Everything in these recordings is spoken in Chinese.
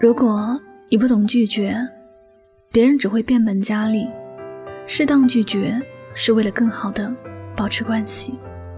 如果你不懂拒绝，别人只会变本加厉。适当拒绝是为了更好的保持关系。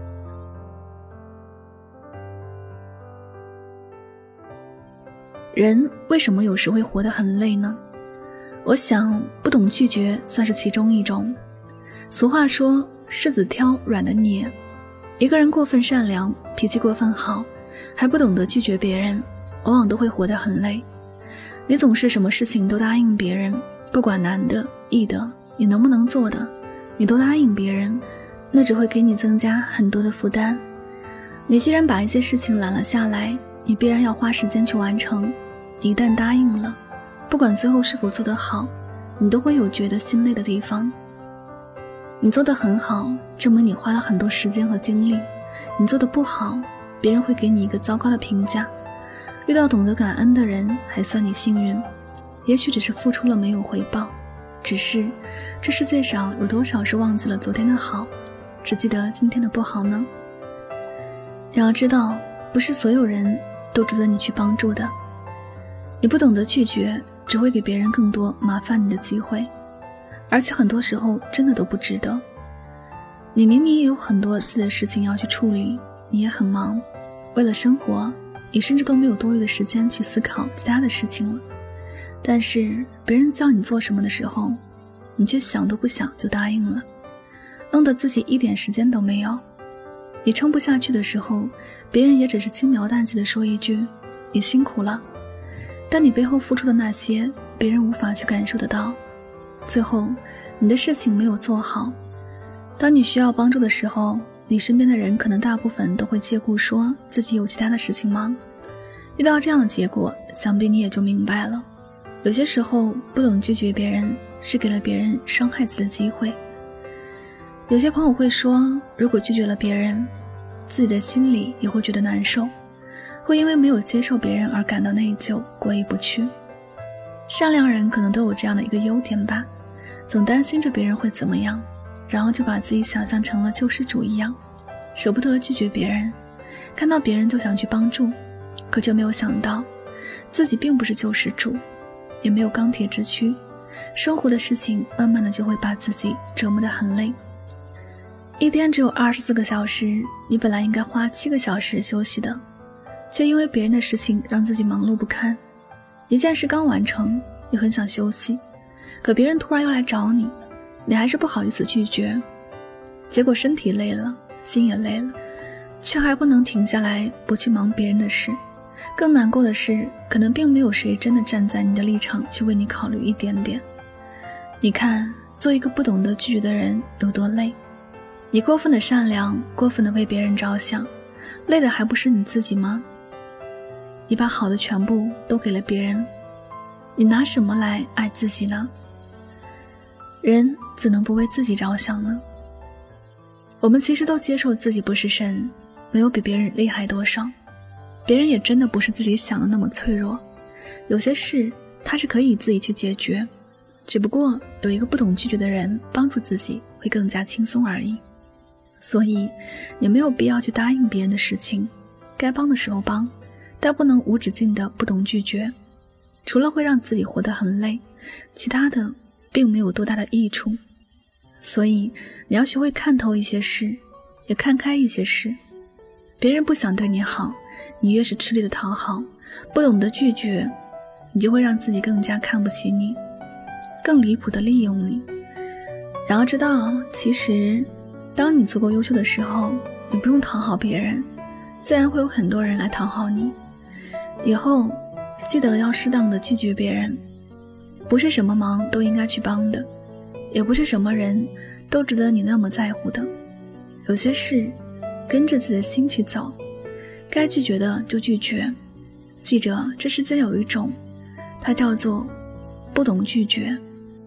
人为什么有时会活得很累呢？我想不懂拒绝算是其中一种。俗话说柿子挑软的捏，一个人过分善良，脾气过分好，还不懂得拒绝别人，往往都会活得很累。你总是什么事情都答应别人，不管难的易的，你能不能做的，你都答应别人，那只会给你增加很多的负担。你既然把一些事情揽了下来，你必然要花时间去完成。一旦答应了，不管最后是否做得好，你都会有觉得心累的地方。你做得很好，证明你花了很多时间和精力；你做得不好，别人会给你一个糟糕的评价。遇到懂得感恩的人，还算你幸运，也许只是付出了没有回报。只是这世界上有多少是忘记了昨天的好，只记得今天的不好呢？你要知道，不是所有人都值得你去帮助的。你不懂得拒绝，只会给别人更多麻烦你的机会，而且很多时候真的都不值得。你明明也有很多自己的事情要去处理，你也很忙，为了生活，你甚至都没有多余的时间去思考其他的事情了。但是别人叫你做什么的时候，你却想都不想就答应了，弄得自己一点时间都没有。你撑不下去的时候，别人也只是轻描淡写的说一句你辛苦了，但你背后付出的那些，别人无法去感受得到。最后你的事情没有做好，当你需要帮助的时候，你身边的人可能大部分都会借故说自己有其他的事情忙。遇到这样的结果，想必你也就明白了，有些时候不懂拒绝别人，是给了别人伤害自己的机会。有些朋友会说，如果拒绝了别人，自己的心里也会觉得难受，会因为没有接受别人而感到内疚，过意不去。善良人可能都有这样的一个优点吧，总担心着别人会怎么样，然后就把自己想象成了救世主一样，舍不得拒绝别人，看到别人就想去帮助，可却没有想到自己并不是救世主，也没有钢铁之躯，生活的事情慢慢的就会把自己折磨得很累。一天只有24个小时，你本来应该花7个小时休息的，却因为别人的事情让自己忙碌不堪。一件事刚完成，你很想休息，可别人突然又来找你，你还是不好意思拒绝，结果身体累了，心也累了，却还不能停下来不去忙别人的事。更难过的是，可能并没有谁真的站在你的立场去为你考虑一点点。你看，做一个不懂得拒绝的人有多累。你过分的善良，过分的为别人着想，累的还不是你自己吗？你把好的全部都给了别人，你拿什么来爱自己呢？人怎能不为自己着想呢？我们其实都接受自己不是神，没有比别人厉害多少，别人也真的不是自己想的那么脆弱，有些事他是可以自己去解决，只不过有一个不懂拒绝的人帮助自己会更加轻松而已。所以你没有必要去答应别人的事情，该帮的时候帮，但不能无止境的不懂拒绝，除了会让自己活得很累，其他的并没有多大的益处。所以你要学会看透一些事，也看开一些事。别人不想对你好，你越是吃力的讨好，不懂得拒绝，你就会让自己更加看不起你，更离谱的利用你。然后知道，其实当你足够优秀的时候，你不用讨好别人，自然会有很多人来讨好你。以后记得要适当的拒绝别人，不是什么忙都应该去帮的，也不是什么人都值得你那么在乎的。有些事跟着自己的心去走，该拒绝的就拒绝。记着，这世间有一种，它叫做不懂拒绝。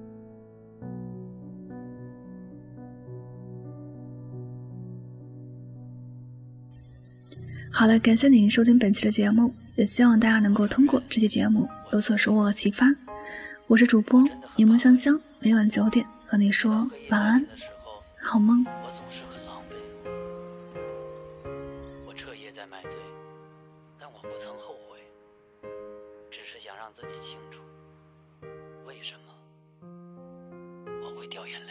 好了，感谢您收听本期的节目，也希望大家能够通过这期节目有所收获和启发。我是主播柠檬香香，每晚9点和你说晚安，好梦。 我总是很狼狈，我彻夜在买醉，但我不曾后悔，只是想想让自己清楚，为什么我会掉眼泪。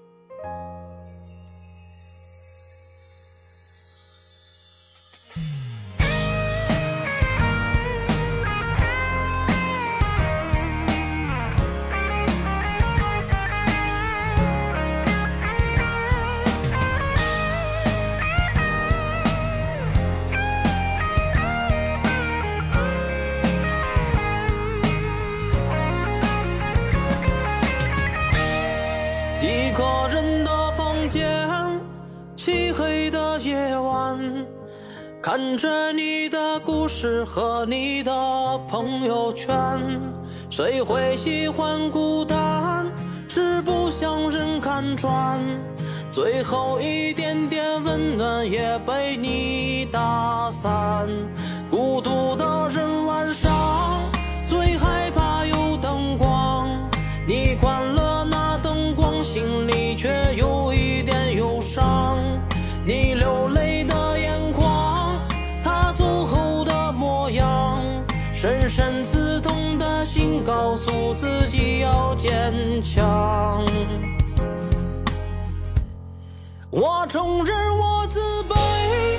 一个人的房间，漆黑的夜晚，看着你的故事和你的朋友圈。谁会喜欢孤单，是不想人看穿，最后一点点温暖也被你打散。孤独的人晚上最害怕有灯光，你关了那灯光，心里却有一点忧伤。你流泪的眼眶，他走后的模样，深深刺痛的心告诉自己要坚强。我承认我自卑，